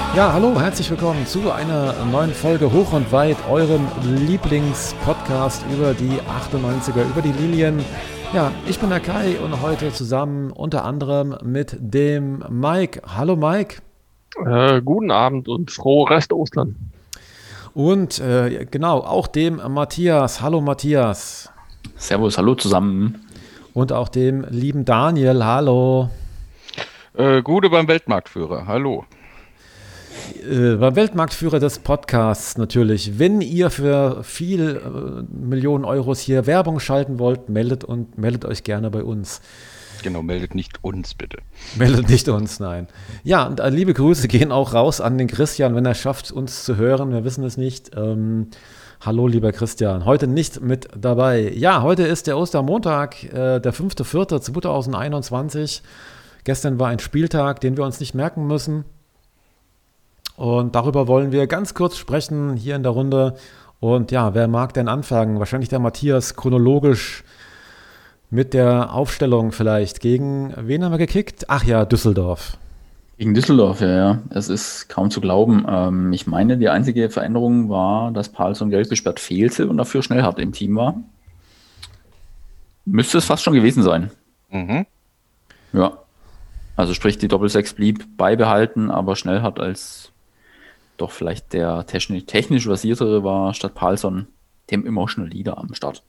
Ja, hallo, herzlich willkommen zu einer neuen Folge Hoch und Weit, eurem Lieblingspodcast über die 98er, über die Lilien. Ja, ich bin der Kai und heute zusammen unter anderem mit dem Mike. Hallo Mike. Guten Abend und frohe Rest-Ostern. Und genau, auch dem Matthias. Hallo Matthias. Servus, hallo zusammen. Und auch dem lieben Daniel. Hallo. Gute beim Weltmarktführer, hallo. Beim Weltmarktführer des Podcasts natürlich. Wenn ihr für viel Millionen Euros hier Werbung schalten wollt, meldet euch gerne bei uns. Genau, meldet nicht uns bitte. Meldet nicht uns, nein. Ja, und liebe Grüße gehen auch raus an den Christian, wenn er schafft, uns zu hören. Wir wissen es nicht. Hallo, lieber Christian. Heute nicht mit dabei. Ja, heute ist der Ostermontag, der 5.4.2021. Gestern war ein Spieltag, den wir uns nicht merken müssen. Und darüber wollen wir ganz kurz sprechen hier in der Runde. Und ja, wer mag denn anfangen? Wahrscheinlich der Matthias chronologisch mit der Aufstellung vielleicht. Gegen wen haben wir gekickt? Ach ja, Düsseldorf. Gegen Düsseldorf, ja. Es ist kaum zu glauben. Ich meine, die einzige Veränderung war, dass Palsson gelb gesperrt fehlte und dafür Schnellhardt im Team war. Müsste es fast schon gewesen sein. Mhm. Ja. Also sprich, die Doppel-6 blieb beibehalten, aber Schnellhardt als doch vielleicht der technisch versiertere war statt Palsson dem Emotional Leader am Start.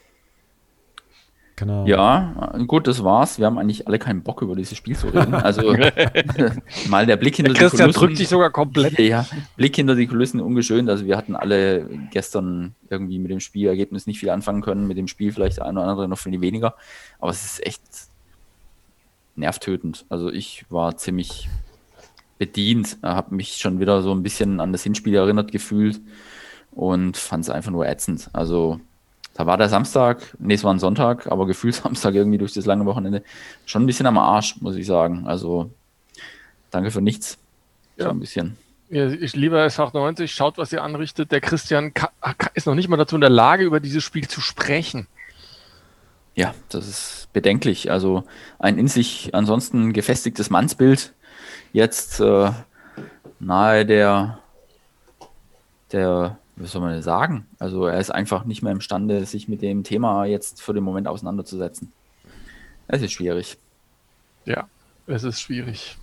Genau. Ja, gut, das war's. Wir haben eigentlich alle keinen Bock, über dieses Spiel zu reden. Also mal der Blick hinter die Kulissen. Christian drückt sich sogar komplett. Ja, Blick hinter die Kulissen ungeschönt. Also wir hatten alle gestern irgendwie mit dem Spielergebnis nicht viel anfangen können, mit dem Spiel vielleicht ein oder andere noch viel weniger. Aber es ist echt nervtötend. Also ich war ziemlich bedient, habe mich schon wieder so ein bisschen an das Hinspiel erinnert gefühlt und fand es einfach nur ätzend. Also da war der Samstag, es war ein Sonntag, aber gefühlt Samstag irgendwie durch das lange Wochenende schon ein bisschen am Arsch, muss ich sagen. Also danke für nichts. Ja. So ein bisschen. Ja, ich liebe SH90, schaut, was ihr anrichtet. Der Christian ist noch nicht mal dazu in der Lage, über dieses Spiel zu sprechen. Ja, das ist bedenklich. Also ein in sich ansonsten gefestigtes Mannsbild jetzt nahe der, was soll man denn sagen? Also er ist einfach nicht mehr imstande, sich mit dem Thema jetzt für den Moment auseinanderzusetzen. Es ist schwierig. Ja, es ist schwierig.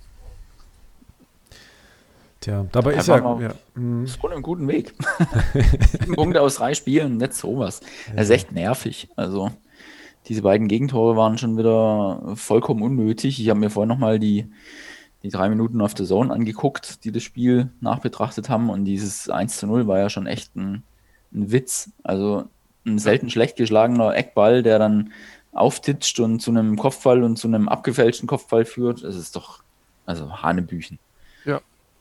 Tja, dabei ist so einen guten Weg. 7 Punkte aus 3 Spielen, nicht sowas. Das ist echt nervig. Also diese beiden Gegentore waren schon wieder vollkommen unnötig. Ich habe mir vorhin nochmal die 3 Minuten auf der Zone angeguckt, die das Spiel nachbetrachtet haben, und dieses 1:0 war ja schon echt ein Witz. Also ein selten schlecht geschlagener Eckball, der dann auftitscht und zu einem Kopfball und zu einem abgefälschten Kopfball führt. Das ist doch, also Hanebüchen. Ja.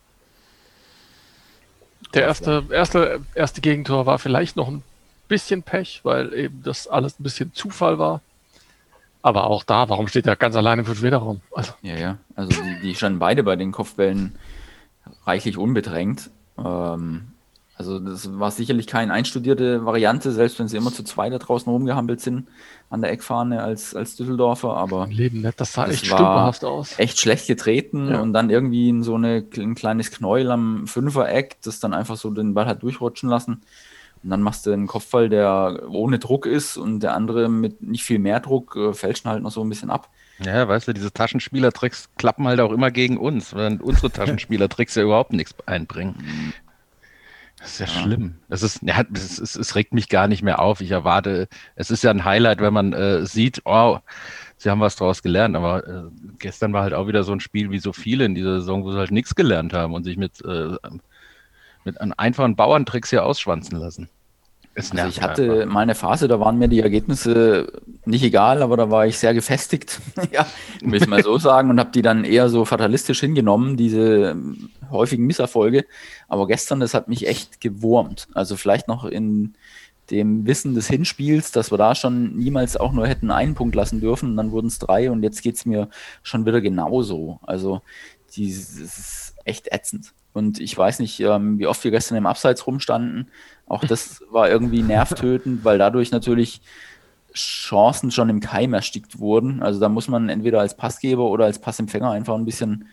Der erste Gegentor war vielleicht noch ein bisschen Pech, weil eben das alles ein bisschen Zufall war. Aber auch da, warum steht er ganz alleine im 5-Meter-Raum? Also. Ja. Also die standen beide bei den Kopfbällen reichlich unbedrängt. Also das war sicherlich keine einstudierte Variante, selbst wenn sie immer zu zweit da draußen rumgehampelt sind an der Eckfahne als Düsseldorfer. Aber Leben nicht, das sah echt stümperhaft aus. Echt schlecht getreten, ja. Und dann irgendwie in so ein kleines Knäuel am Fünfer-Eck, das dann einfach so den Ball hat durchrutschen lassen. Und dann machst du einen Kopfball, der ohne Druck ist, und der andere mit nicht viel mehr Druck fälschen halt noch so ein bisschen ab. Ja, weißt du, diese Taschenspielertricks klappen halt auch immer gegen uns, während unsere Taschenspielertricks ja überhaupt nichts einbringen. Das ist ja schlimm. Es regt mich gar nicht mehr auf. Ich erwarte, es ist ja ein Highlight, wenn man sieht, oh, sie haben was draus gelernt. Aber gestern war halt auch wieder so ein Spiel wie so viele in dieser Saison, wo sie halt nichts gelernt haben und sich mit einfachen Bauerntricks hier ausschwanzen lassen. Also ich hatte mal eine Phase, da waren mir die Ergebnisse nicht egal, aber da war ich sehr gefestigt, ja, will ich mal so sagen, und habe die dann eher so fatalistisch hingenommen, diese häufigen Misserfolge. Aber gestern, das hat mich echt gewurmt. Also vielleicht noch in dem Wissen des Hinspiels, dass wir da schon niemals auch nur hätten einen Punkt lassen dürfen, und dann wurden es 3 und jetzt geht es mir schon wieder genauso. Also das ist echt ätzend. Und ich weiß nicht, wie oft wir gestern im Abseits rumstanden. Auch das war irgendwie nervtötend, weil dadurch natürlich Chancen schon im Keim erstickt wurden. Also da muss man entweder als Passgeber oder als Passempfänger einfach ein bisschen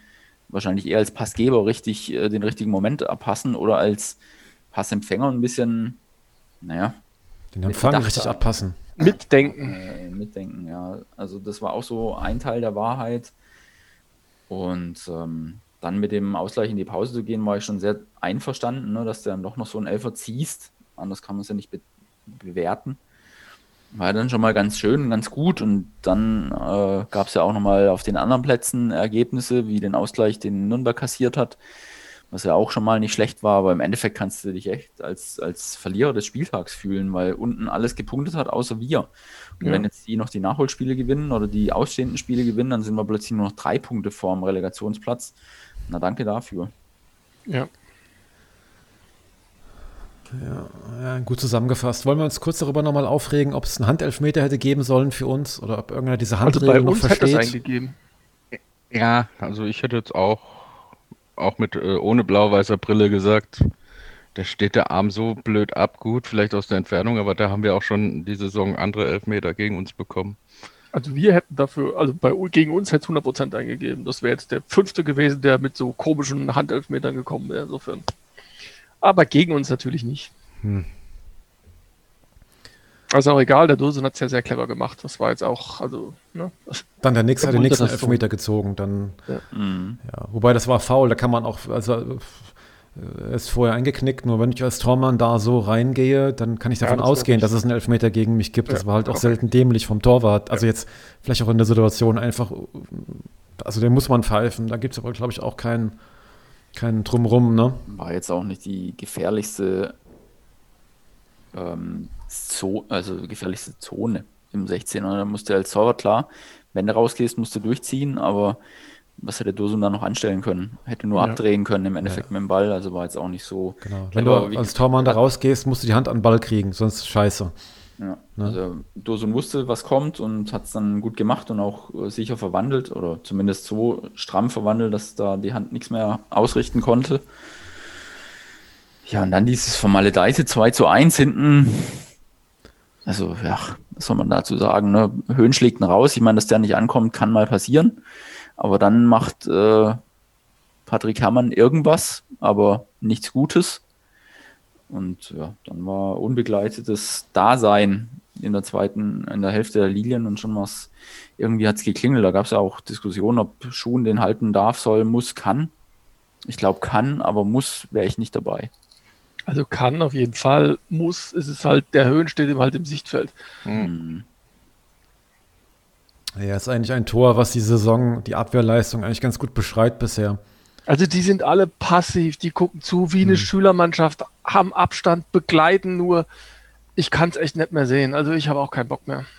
wahrscheinlich eher als Passgeber den richtigen Moment abpassen oder als Passempfänger ein bisschen, naja. Den Empfang richtig abpassen. Mitdenken, ja. Also das war auch so ein Teil der Wahrheit. Und dann mit dem Ausgleich in die Pause zu gehen, war ich schon sehr einverstanden, ne, dass du dann doch noch so einen Elfer ziehst. Anders kann man es ja nicht bewerten. War dann schon mal ganz schön, ganz gut. Und dann gab es ja auch nochmal auf den anderen Plätzen Ergebnisse, wie den Ausgleich, den Nürnberg kassiert hat, was ja auch schon mal nicht schlecht war. Aber im Endeffekt kannst du dich echt als Verlierer des Spieltags fühlen, weil unten alles gepunktet hat, außer wir. Und wenn jetzt die noch die Nachholspiele gewinnen oder die ausstehenden Spiele gewinnen, dann sind wir plötzlich nur noch 3 Punkte vorm Relegationsplatz. Na, danke dafür. Ja. Ja, gut zusammengefasst. Wollen wir uns kurz darüber nochmal aufregen, ob es einen Handelfmeter hätte geben sollen für uns oder ob irgendeiner diese Handregel noch versteht? Hätte es eingegeben. Ja, also ich hätte jetzt auch mit ohne blau-weißer Brille gesagt, da steht der Arm so blöd ab, gut, vielleicht aus der Entfernung, aber da haben wir auch schon die Saison andere Elfmeter gegen uns bekommen. Also wir hätten dafür, gegen uns hätte es 100% eingegeben. Das wäre jetzt der 5. gewesen, der mit so komischen Handelfmetern gekommen wäre, insofern. Aber gegen uns natürlich nicht. Also auch egal, der Dosen hat es ja sehr clever gemacht. Das war jetzt auch, ne? Dann der Nix hat den nächsten Elfmeter gezogen. Dann, wobei das war faul, da kann man auch, er ist vorher eingeknickt, nur wenn ich als Tormann da so reingehe, dann kann ich davon ausgehen, dass es einen Elfmeter gegen mich gibt. Das war halt auch selten dämlich vom Torwart. Also jetzt vielleicht auch in der Situation einfach, also den muss man pfeifen. Da gibt es aber, glaube ich, auch keinen Drumrum, ne? War jetzt auch nicht die gefährlichste gefährlichste Zone im 16er. Da musst du als Torwart, klar, wenn du rausgehst, musst du durchziehen, aber was hätte Dosum da noch anstellen können? Hätte nur abdrehen können im Endeffekt mit dem Ball, also war jetzt auch nicht so. Genau. Wenn du als Tormann da rausgehst, musst du die Hand an den Ball kriegen, sonst scheiße. Ja, ne? Also Dosum wusste, was kommt und hat es dann gut gemacht und auch sicher verwandelt oder zumindest so stramm verwandelt, dass da die Hand nichts mehr ausrichten konnte. Ja, und dann dieses vermaledeite 2:1 hinten. Also, ja, was soll man dazu sagen? Ne? Höhn schlägt ihn raus. Ich meine, dass der nicht ankommt, kann mal passieren. Aber dann macht Patrick Herrmann irgendwas, aber nichts Gutes. Und ja, dann war unbegleitetes Dasein in der Hälfte der Lilien und schon was, irgendwie hat es geklingelt. Da gab es ja auch Diskussionen, ob Schuhen den halten darf, soll, muss, kann. Ich glaube, kann, aber muss wäre ich nicht dabei. Also kann auf jeden Fall, muss, ist es halt, der Höhen steht ihm halt im Sichtfeld. Ja, ist eigentlich ein Tor, was die Saison, die Abwehrleistung eigentlich ganz gut beschreibt bisher. Also die sind alle passiv, die gucken zu wie eine Schülermannschaft, haben Abstand, begleiten nur. Ich kann es echt nicht mehr sehen. Also ich habe auch keinen Bock mehr.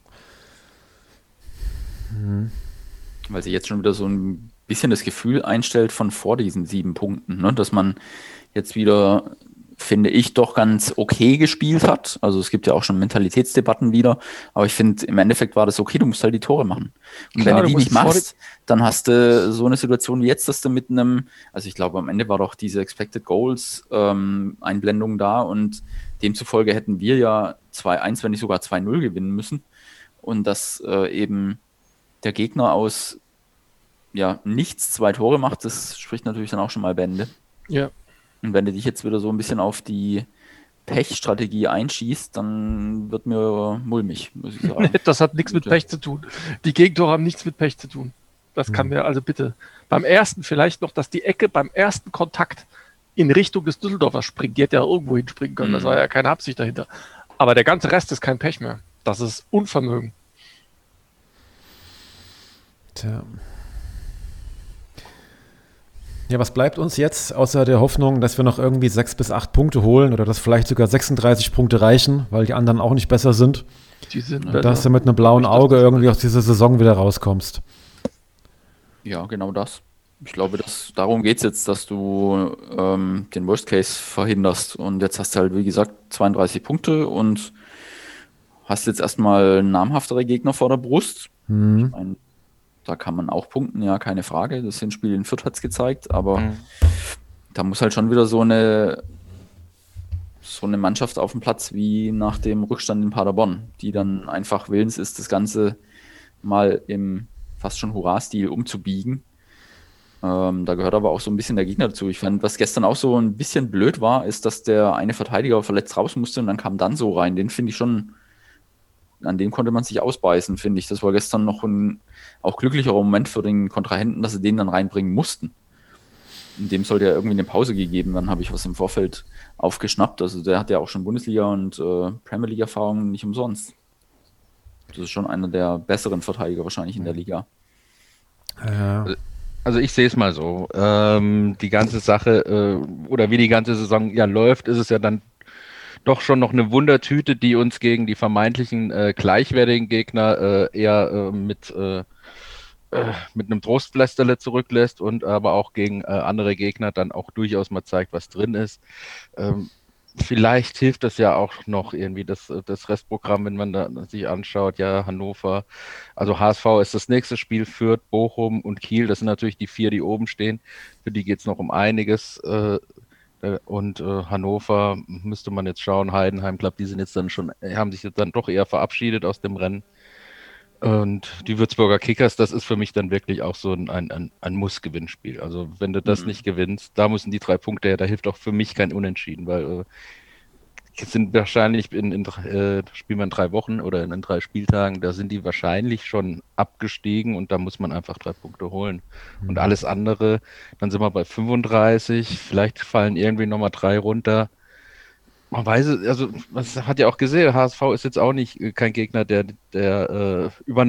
Weil sich jetzt schon wieder so ein bisschen das Gefühl einstellt von vor diesen 7 Punkten, ne? Dass man jetzt wieder, finde ich, doch ganz okay gespielt hat. Also es gibt ja auch schon Mentalitätsdebatten wieder, aber ich finde, im Endeffekt war das okay, du musst halt die Tore machen. Und klar, wenn du die nicht machst, dann hast du so eine Situation wie jetzt, dass du mit einem, also ich glaube, am Ende war doch diese Expected Goals Einblendung da und demzufolge hätten wir ja 2:1, wenn nicht sogar 2:0 gewinnen müssen. Und dass eben der Gegner aus nichts 2 Tore macht, das spricht natürlich dann auch schon mal Bände. Ja. Und wenn du dich jetzt wieder so ein bisschen auf die Pech-Strategie einschießt, dann wird mir mulmig, muss ich sagen. Das hat nichts mit Pech zu tun. Die Gegentore haben nichts mit Pech zu tun. Das kann mir also bitte. Beim ersten vielleicht noch, dass die Ecke beim ersten Kontakt in Richtung des Düsseldorfers springt. Die hätte ja irgendwo hinspringen können. Das war ja keine Absicht dahinter. Aber der ganze Rest ist kein Pech mehr. Das ist Unvermögen. Tja. Ja, was bleibt uns jetzt, außer der Hoffnung, dass wir noch irgendwie 6 bis 8 Punkte holen oder dass vielleicht sogar 36 Punkte reichen, weil die anderen auch nicht besser sind. Die sind besser. Dass du mit einem blauen Auge irgendwie aus dieser Saison wieder rauskommst. Ja, genau das. Ich glaube, darum geht es jetzt, dass du den Worst Case verhinderst. Und jetzt hast du halt, wie gesagt, 32 Punkte und hast jetzt erstmal namhaftere Gegner vor der Brust. Ich meine, da kann man auch punkten, ja, keine Frage. Das Hinspiel in Fürth hat es gezeigt, aber da muss halt schon wieder so eine Mannschaft auf dem Platz wie nach dem Rückstand in Paderborn, die dann einfach willens ist, das Ganze mal im fast schon Hurra-Stil umzubiegen. Da gehört aber auch so ein bisschen der Gegner dazu. Ich fand, was gestern auch so ein bisschen blöd war, ist, dass der eine Verteidiger verletzt raus musste und dann kam dann so rein. Den finde ich schon, an dem konnte man sich ausbeißen, finde ich. Das war gestern noch ein auch glücklicherer Moment für den Kontrahenten, dass sie den dann reinbringen mussten. Und dem sollte ja irgendwie eine Pause gegeben werden, habe ich was im Vorfeld aufgeschnappt. Also der hat ja auch schon Bundesliga- und Premier League-Erfahrungen nicht umsonst. Das ist schon einer der besseren Verteidiger wahrscheinlich in der Liga. Ja. Also ich sehe es mal so. Die ganze Sache oder wie die ganze Saison ja läuft, ist es ja dann doch schon noch eine Wundertüte, die uns gegen die vermeintlichen gleichwertigen Gegner eher mit einem Trostpflasterle zurücklässt und aber auch gegen andere Gegner dann auch durchaus mal zeigt, was drin ist. Vielleicht hilft das ja auch noch irgendwie das Restprogramm, wenn man da sich anschaut, ja, Hannover, also HSV ist das nächste Spiel, Fürth, Bochum und Kiel, das sind natürlich die 4, die oben stehen, für die geht es noch um einiges und Hannover müsste man jetzt schauen, Heidenheim, glaube die sind jetzt dann schon, haben sich jetzt dann doch eher verabschiedet aus dem Rennen. Und die Würzburger Kickers, das ist für mich dann wirklich auch so ein Muss-Gewinnspiel. Also wenn du das nicht gewinnst, da müssen die 3 Punkte her, da hilft auch für mich kein Unentschieden, weil jetzt sind wahrscheinlich spielen wir in 3 Wochen oder in 3 Spieltagen, da sind die wahrscheinlich schon abgestiegen und da muss man einfach 3 Punkte holen. Und alles andere, dann sind wir bei 35, vielleicht fallen irgendwie nochmal 3 runter. Man weiß es, also man hat ja auch gesehen, HSV ist jetzt auch nicht kein Gegner, der über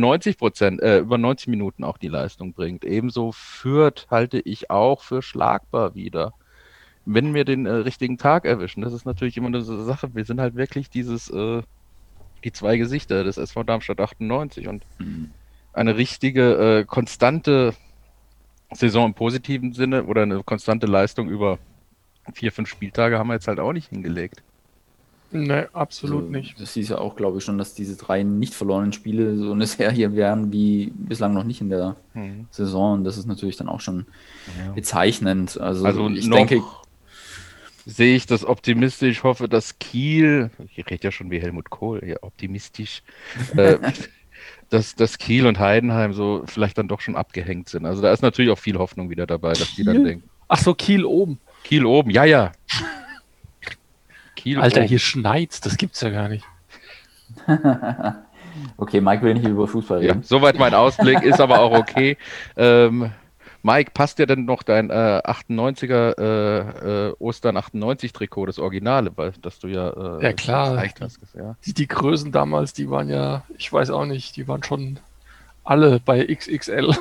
90 Minuten auch die Leistung bringt. Ebenso Fürth halte ich auch für schlagbar wieder, wenn wir den richtigen Tag erwischen. Das ist natürlich immer eine Sache. Wir sind halt wirklich die 2 Gesichter des SV Darmstadt 98 und eine richtige konstante Saison im positiven Sinne oder eine konstante Leistung über 4, 5 Spieltage haben wir jetzt halt auch nicht hingelegt. Nee, absolut Also, nicht. das hieß ja auch, glaube ich, schon, dass diese 3 nicht verlorenen Spiele so eine Serie wären wie bislang noch nicht in der Saison. Und das ist natürlich dann auch schon bezeichnend. Also ich denke, sehe ich das optimistisch, hoffe, dass Kiel, ich rede ja schon wie Helmut Kohl, ja, optimistisch, dass Kiel und Heidenheim so vielleicht dann doch schon abgehängt sind. Also da ist natürlich auch viel Hoffnung wieder dabei, dass die dann denken. Ach so, Kiel oben. Kiel oben, ja. Kiel Alter, oben. hier schneit's, das gibt's ja gar nicht. okay, Mike will nicht über Fußball reden. Ja, soweit mein Ausblick, ist aber auch okay. Mike, passt dir denn noch dein 98er Ostern 98 Trikot, das Originale, weil das du ja, Ja, klar. gezeigt hast? Ja. Die Größen damals, die waren ja, ich weiß auch nicht, die waren schon alle bei XXL.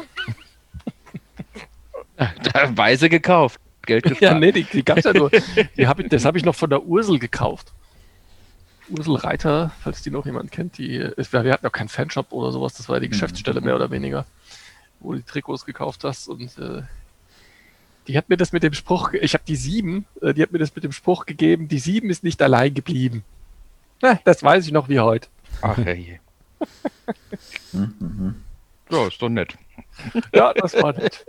Weise gekauft. Geld gespart. Ja, nee, die gab's ja nur. Das habe ich noch von der Ursel gekauft. Ursel Reiter, falls die noch jemand kennt, wir hatten ja keinen Fanshop oder sowas, das war ja die Geschäftsstelle mehr oder weniger, wo du die Trikots gekauft hast und die hat mir das mit dem Spruch, ich habe die 7, die hat mir das mit dem Spruch gegeben, die 7 ist nicht allein geblieben. Na, das weiß ich noch wie heute. Ach, hey. Ja, ist doch nett. Ja, das war nett.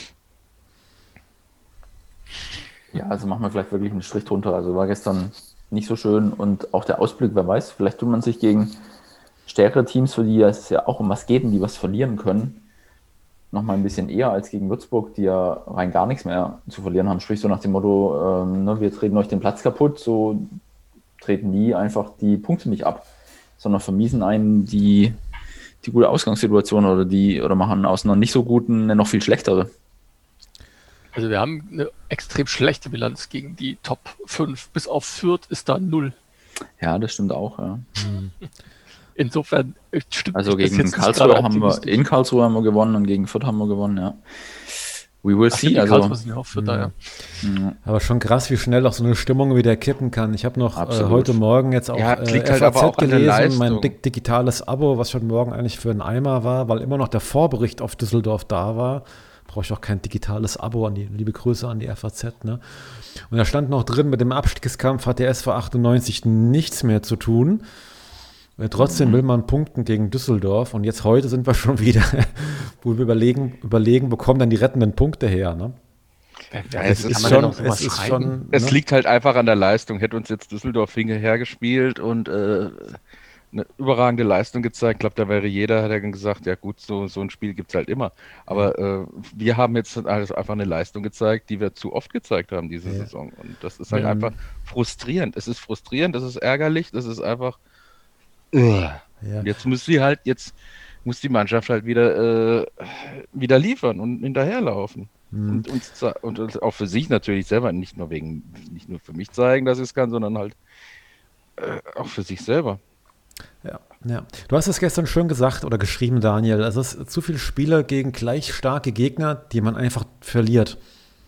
Ja, also machen wir vielleicht wirklich einen Strich drunter. Also war gestern nicht so schön und auch der Ausblick, wer weiß, vielleicht tut man sich gegen stärkere Teams, für die es ja auch um was geht und die was verlieren können, nochmal ein bisschen eher als gegen Würzburg, die ja rein gar nichts mehr zu verlieren haben. Sprich so nach dem Motto, wir treten euch den Platz kaputt, so treten die einfach die Punkte nicht ab, sondern vermiesen einen die gute Ausgangssituation oder machen aus einer nicht so guten eine noch viel schlechtere. Also wir haben eine extrem schlechte Bilanz gegen die Top 5. Bis auf Fürth ist da 0. Ja, das stimmt auch, ja. Insofern stimmt also das gegen jetzt Karlsruhe haben wir gewonnen und gegen Fürth haben wir gewonnen, ja. We will see. Die Also, Karlsruhe sind ja auch Fürth da, ja. Aber schon krass, wie schnell auch so eine Stimmung wieder kippen kann. Ich habe noch Absolut. heute Morgen jetzt auch liegt halt aber auch an der gelesen, mein Leistung. digitales Abo, was schon morgen eigentlich für einen Eimer war, weil immer noch der Vorbericht auf Düsseldorf da war. Brauche ich auch kein digitales Abo, liebe Grüße an die FAZ. Ne? Und da stand noch drin, mit dem Abstiegskampf hat der SV 98 nichts mehr zu tun. Trotzdem will man punkten gegen Düsseldorf. Und jetzt heute sind wir schon wieder, wo wir überlegen, wo kommen dann die rettenden Punkte her. Ne? Ja, es liegt halt einfach an der Leistung. Hätte uns jetzt Düsseldorf hinterher gespielt und eine überragende Leistung gezeigt. Ich glaube, da wäre jeder, hat er gesagt, ja gut, so ein Spiel gibt es halt immer. Aber wir haben jetzt also einfach eine Leistung gezeigt, die wir zu oft gezeigt haben diese Saison. Und das ist halt einfach frustrierend. Es ist frustrierend, es ist ärgerlich, das ist einfach. Jetzt muss die Mannschaft halt wieder liefern und hinterherlaufen. Und auch für sich natürlich selber, nicht nur für mich zeigen, dass ich es kann, sondern halt auch für sich selber. Ja. Du hast es gestern schön gesagt oder geschrieben, Daniel. Also es ist zu viele Spiele gegen gleich starke Gegner, die man einfach verliert.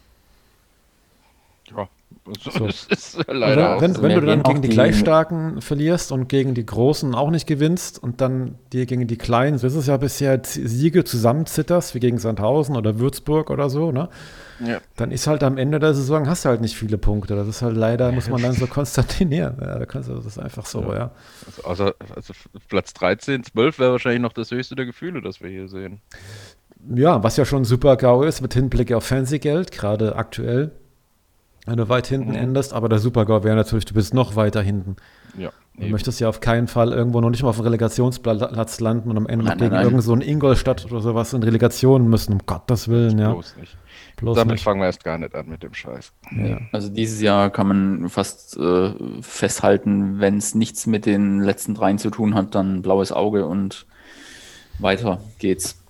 Ja, das ist leider wenn du dann gegen die gleich starken verlierst und gegen die Großen auch nicht gewinnst und dann dir gegen die Kleinen, so ist es ja bisher, Siege zusammenzitterst, wie gegen Sandhausen oder Würzburg oder so, ne? Ja. Dann ist halt am Ende der Saison, hast du halt nicht viele Punkte. Das ist halt leider, muss man dann so konstatieren. Ja, das ist einfach so, ja. Also Platz 13, 12 wäre wahrscheinlich noch das höchste der Gefühle, das wir hier sehen. Ja, was ja schon super GAU ist, mit Hinblick auf Fernsehgeld, gerade aktuell, wenn du weit hinten endest. Aber der Super-GAU wäre natürlich, du bist noch weiter hinten. Ja. Du möchtest ja auf keinen Fall irgendwo noch nicht mal auf dem Relegationsplatz landen und am Ende noch gegen irgend so ein Ingolstadt oder sowas in Relegation müssen, um Gottes Willen, ja. Bloß nicht. Damit fangen wir erst gar nicht an mit dem Scheiß. Ja. Also dieses Jahr kann man fast festhalten, wenn es nichts mit den letzten 3 zu tun hat, dann blaues Auge und weiter geht's.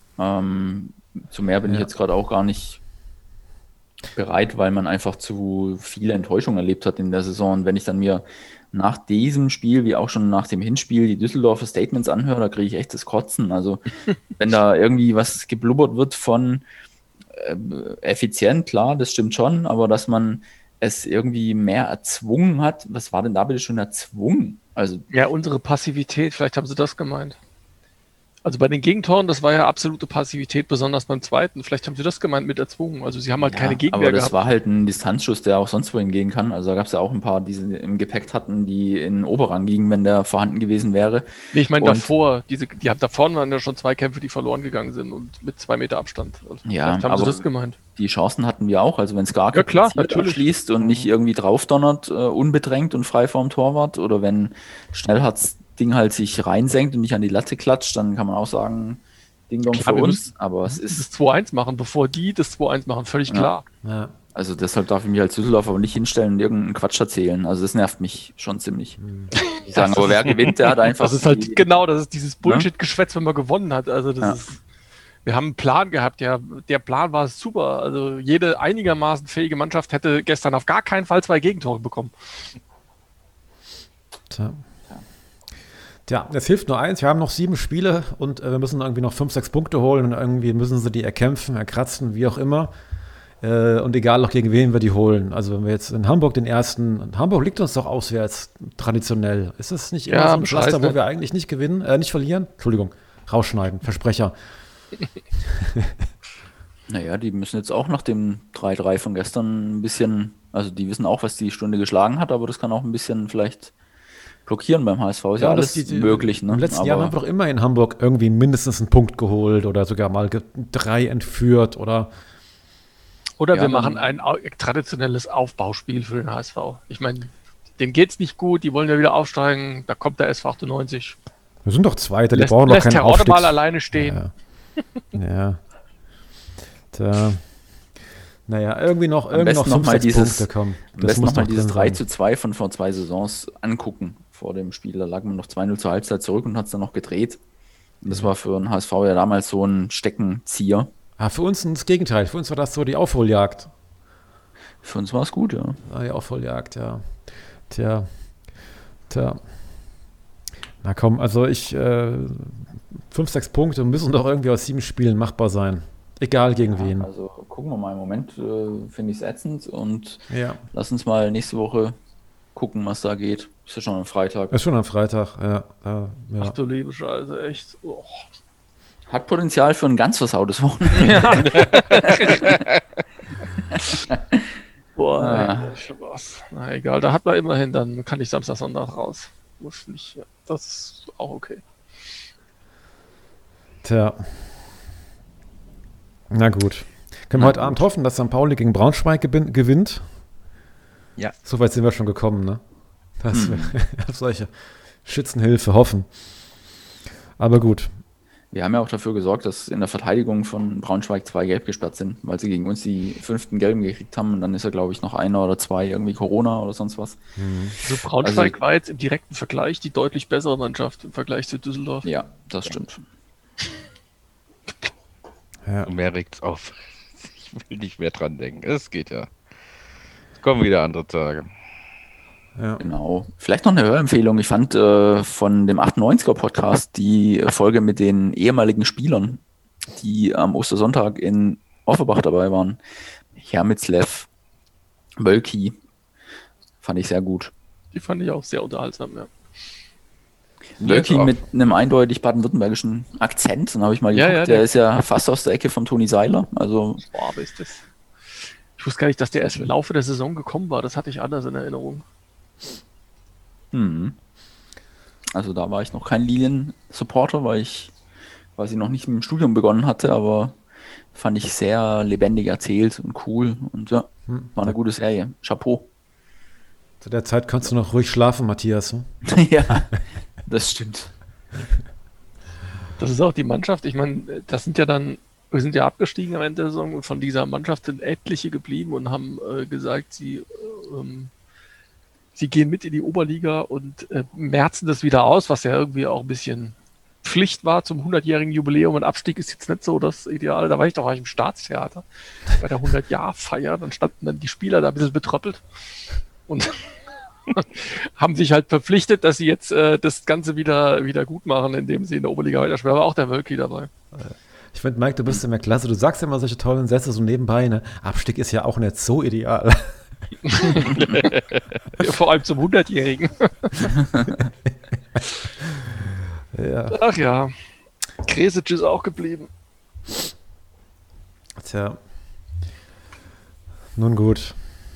Zu mehr bin ich jetzt gerade auch gar nicht bereit, weil man einfach zu viele Enttäuschungen erlebt hat in der Saison. Und wenn ich dann mir nach diesem Spiel, wie auch schon nach dem Hinspiel, die Düsseldorfer Statements anhöre, da kriege ich echt das Kotzen. Also wenn da irgendwie was geblubbert wird von effizient, klar, das stimmt schon, aber dass man es irgendwie mehr erzwungen hat, was war denn da bitte schon erzwungen? Also ja, unsere Passivität, vielleicht haben sie das gemeint. Also bei den Gegentoren, das war ja absolute Passivität, besonders beim zweiten. Vielleicht haben sie das gemeint mit erzwungen. Also sie haben halt keine Gegenwehr gehabt. Aber das war halt ein Distanzschuss, der auch sonst wohin gehen kann. Also da gab es ja auch ein paar, die sie im Gepäck hatten, die in Oberrang liegen, wenn der vorhanden gewesen wäre. Nee, ich meine davor, da vorne waren ja schon 2 Kämpfe, die verloren gegangen sind und mit 2 Meter Abstand. Also ja, vielleicht haben sie das gemeint. Die Chancen hatten wir auch. Also wenn es gar abschließt und nicht irgendwie draufdonnert, unbedrängt und frei vorm Torwart, oder wenn Schnellharts Ding halt sich reinsenkt und nicht an die Latte klatscht, dann kann man auch sagen, Ding Dong für uns. Aber es ist das 2-1 machen, bevor die das 2-1 machen, völlig klar. Ja. Also deshalb darf ich mich als Düsseldorfer aber nicht hinstellen und irgendeinen Quatsch erzählen. Also das nervt mich schon ziemlich. Ich sagen, aber wer gewinnt, der hat einfach... Das ist halt das ist dieses Bullshit-Geschwätz, wenn man gewonnen hat. Also das ist... Wir haben einen Plan gehabt, der Plan war super. Also jede einigermaßen fähige Mannschaft hätte gestern auf gar keinen Fall 2 Gegentore bekommen. Tja, es hilft nur eins, wir haben noch 7 Spiele und wir müssen irgendwie noch 5, 6 Punkte holen und irgendwie müssen sie die erkämpfen, erkratzen, wie auch immer. Und egal auch gegen wen wir die holen. Also wenn wir jetzt in Hamburg Hamburg liegt uns doch auswärts traditionell. Ist das nicht immer so ein Pflaster, wo wir eigentlich nicht verlieren? Entschuldigung, rausschneiden, Versprecher. Naja, die müssen jetzt auch nach dem 3-3 von gestern ein bisschen, also die wissen auch, was die Stunde geschlagen hat, aber das kann auch ein bisschen vielleicht blockieren beim HSV. Ist ja alles möglich. Ne? Im letzten Jahr haben wir doch immer in Hamburg irgendwie mindestens einen Punkt geholt oder sogar mal 3 entführt oder wir machen ein traditionelles Aufbauspiel für den HSV. Ich meine, denen geht's nicht gut, die wollen ja wieder aufsteigen, da kommt der SV 98. Wir sind doch Zweiter, die brauchen doch keinen Aufstieg. Lässt mal alleine stehen. Ja. Tja. Naja, irgendwie noch 5, 6 Punkte kommen. Am besten nochmal dieses 3-2 von vor 2 Saisons angucken vor dem Spiel. Da lag man noch 2-0 zur Halbzeit zurück und hat es dann noch gedreht. Und das war für den HSV ja damals so ein Steckenzieher. Für uns das Gegenteil. Für uns war das so die Aufholjagd. Für uns war es gut, ja. Die Aufholjagd, ja. Tja. Na komm, also 5, 6 Punkte müssen doch irgendwie aus 7 Spielen machbar sein. Egal gegen wen. Also gucken wir mal. Im Moment finde ich es ätzend und lass uns mal nächste Woche gucken, was da geht. Ist ja schon am Freitag. Ist schon am Freitag, ja. Ach du liebe Scheiße, echt. Oh. Hat Potenzial für ein ganz versautes Wochenende. Boah, was. Na egal, da hat man immerhin, dann kann ich Samstag, Sonntag raus. Muss nicht, das ist auch okay. Tja. Na gut. Können wir heute Abend hoffen, dass St. Pauli gegen Braunschweig gewinnt? Ja. So weit sind wir schon gekommen, ne? Solche Schützenhilfe hoffen. Aber gut. Wir haben ja auch dafür gesorgt, dass in der Verteidigung von Braunschweig 2 gelb gesperrt sind, weil sie gegen uns die 5. Gelben gekriegt haben. Und dann ist ja, glaube ich, noch 1 oder 2 irgendwie Corona oder sonst was. Also Braunschweig war jetzt im direkten Vergleich die deutlich bessere Mannschaft im Vergleich zu Düsseldorf. Ja, das stimmt. Ja. Mehr regt's auf. Ich will nicht mehr dran denken. Es geht ja. Es kommen wieder andere Tage. Ja. Genau. Vielleicht noch eine Hörempfehlung. Ich fand von dem 98er-Podcast die Folge mit den ehemaligen Spielern, die am Ostersonntag in Offenbach dabei waren. Hermitzlev, Wölki. Fand ich sehr gut. Die fand ich auch sehr unterhaltsam, ja. Wölki mit einem eindeutig baden-württembergischen Akzent. Dann habe ich mal geguckt, der ist ja fast aus der Ecke von Toni Seiler. Also Boah, aber ist das... Ich wusste gar nicht, dass der erst im Laufe der Saison gekommen war. Das hatte ich anders in Erinnerung. Also da war ich noch kein Lilien-Supporter, weil ich quasi noch nicht mit dem Studium begonnen hatte, aber fand ich sehr lebendig erzählt und cool und ja, war eine gute Serie. Chapeau. Zu der Zeit konntest du noch ruhig schlafen, Matthias. Hm? Ja, das stimmt. Das ist auch die Mannschaft. Ich meine, wir sind ja abgestiegen am Ende der Saison und von dieser Mannschaft sind etliche geblieben und haben gesagt, sie gehen mit in die Oberliga und merzen das wieder aus, was ja irgendwie auch ein bisschen Pflicht war zum 100-jährigen Jubiläum. Und Abstieg ist jetzt nicht so das Ideal. Da war ich im Staatstheater bei der 100-Jahr-Feier. Dann standen dann die Spieler da ein bisschen betröppelt und haben sich halt verpflichtet, dass sie jetzt das Ganze wieder gut machen, indem sie in der Oberliga weiterspielen. Aber auch der Wölki dabei. Ich finde, Mike, du bist immer klasse. Du sagst ja immer solche tollen Sätze so nebenbei. Ne? Abstieg ist ja auch nicht so ideal. Ja, vor allem zum 100-Jährigen. Ja. Ach ja, Kresic ist auch geblieben. Tja. Nun gut.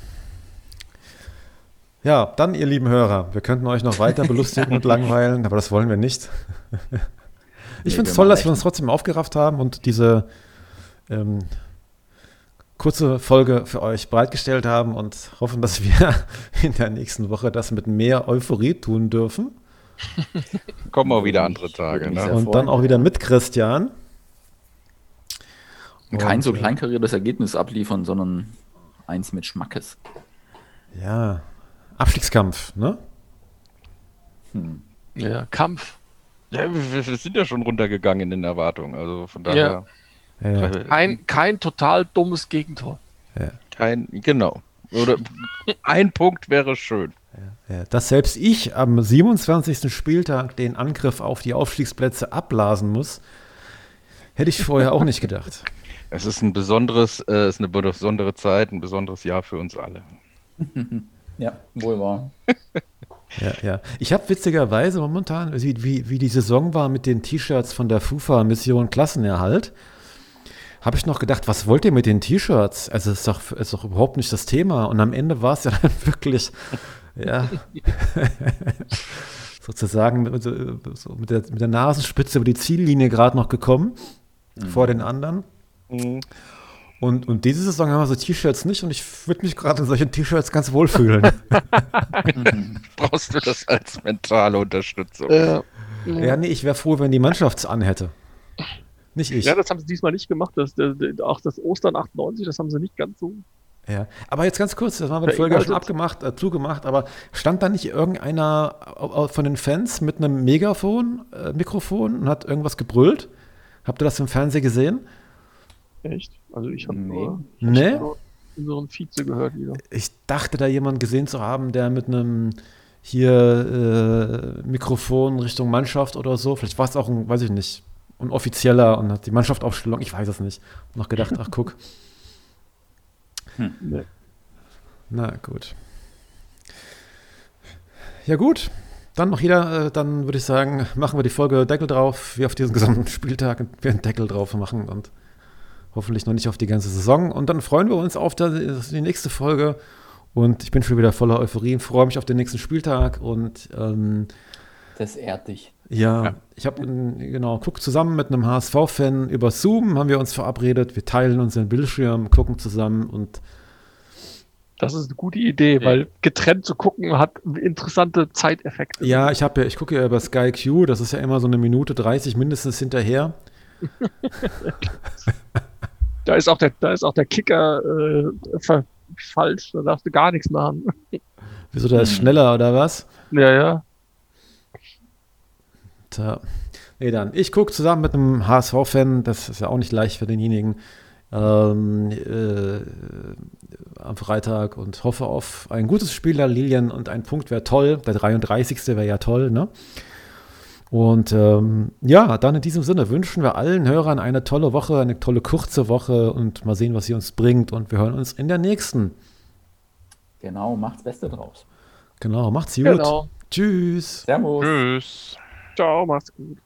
Ja, dann, ihr lieben Hörer, wir könnten euch noch weiter belustigen und langweilen, aber das wollen wir nicht. Ich finde es toll, dass wir uns trotzdem aufgerafft haben und diese kurze Folge für euch bereitgestellt haben und hoffen, dass wir in der nächsten Woche das mit mehr Euphorie tun dürfen. Kommen auch wieder andere Tage. Ne? Und dann auch wieder mit Christian. Und kein so kleinkariertes Ergebnis abliefern, sondern eins mit Schmackes. Ja, Abstiegskampf, ne? Ja, Kampf. Ja, wir sind ja schon runtergegangen in den Erwartungen. Also von daher. Ja. Kein total dummes Gegentor. Genau. Oder ein Punkt wäre schön. Ja, dass selbst ich am 27. Spieltag den Angriff auf die Aufstiegsplätze abblasen muss, hätte ich vorher auch nicht gedacht. Es ist eine besondere Zeit, ein besonderes Jahr für uns alle. Ja, wohl wahr. Ja. Ich habe witzigerweise momentan, wie die Saison war mit den T-Shirts von der FUFA-Mission Klassenerhalt, habe ich noch gedacht, was wollt ihr mit den T-Shirts? Also ist doch überhaupt nicht das Thema. Und am Ende war es ja dann wirklich, ja, sozusagen mit der Nasenspitze über die Ziellinie gerade noch gekommen, vor den anderen. Und diese Saison haben wir so T-Shirts nicht und ich würde mich gerade in solchen T-Shirts ganz wohl fühlen. Brauchst du das als mentale Unterstützung? Ja, nee, ich wäre froh, wenn die Mannschaft es anhätte. Nicht ich. Ja, das haben sie diesmal nicht gemacht. Auch das Ostern 98, das haben sie nicht ganz so. Ja, aber jetzt ganz kurz, das haben wir in Folge schon zugemacht, aber stand da nicht irgendeiner von den Fans mit einem Mikrofon und hat irgendwas gebrüllt? Habt ihr das im Fernsehen gesehen? Echt? Also ich habe Nee? unseren Vize gehört wieder. Ich dachte, da jemanden gesehen zu haben, der mit einem Mikrofon Richtung Mannschaft oder so, vielleicht war es auch ein, weiß ich nicht, ein offizieller und hat die Mannschaftsaufstellung, ich weiß es nicht, noch gedacht, ach guck. Nee. Na gut. Ja gut, dann noch dann würde ich sagen, machen wir die Folge Deckel drauf, wie auf diesen gesamten Spieltag, wir einen Deckel drauf machen und hoffentlich noch nicht auf die ganze Saison. Und dann freuen wir uns auf die nächste Folge. Und ich bin schon wieder voller Euphorie, freue mich auf den nächsten Spieltag. Und das ehrt dich. Ja, ich habe, guck zusammen mit einem HSV-Fan über Zoom, haben wir uns verabredet. Wir teilen unseren Bildschirm, gucken zusammen und Das ist eine gute Idee, weil getrennt zu gucken hat interessante Zeiteffekte. Ja, ich gucke ja über Sky Q, das ist ja immer so 1:30 mindestens hinterher. Da ist auch der Kicker falsch, da darfst du gar nichts machen. Wieso, der ist schneller oder was? Ja. Tja. Nee, dann. Ich gucke zusammen mit einem HSV-Fan, das ist ja auch nicht leicht für denjenigen, am Freitag und hoffe auf ein gutes Spiel der Lilien und ein Punkt wäre toll. Der 33. wäre ja toll, ne? Und ja, dann in diesem Sinne wünschen wir allen Hörern eine tolle Woche, eine tolle kurze Woche und mal sehen, was sie uns bringt. Und wir hören uns in der nächsten. Genau, macht's Beste draus. Genau, macht's gut. Genau. Tschüss. Servus. Tschüss. Ciao, mach's gut.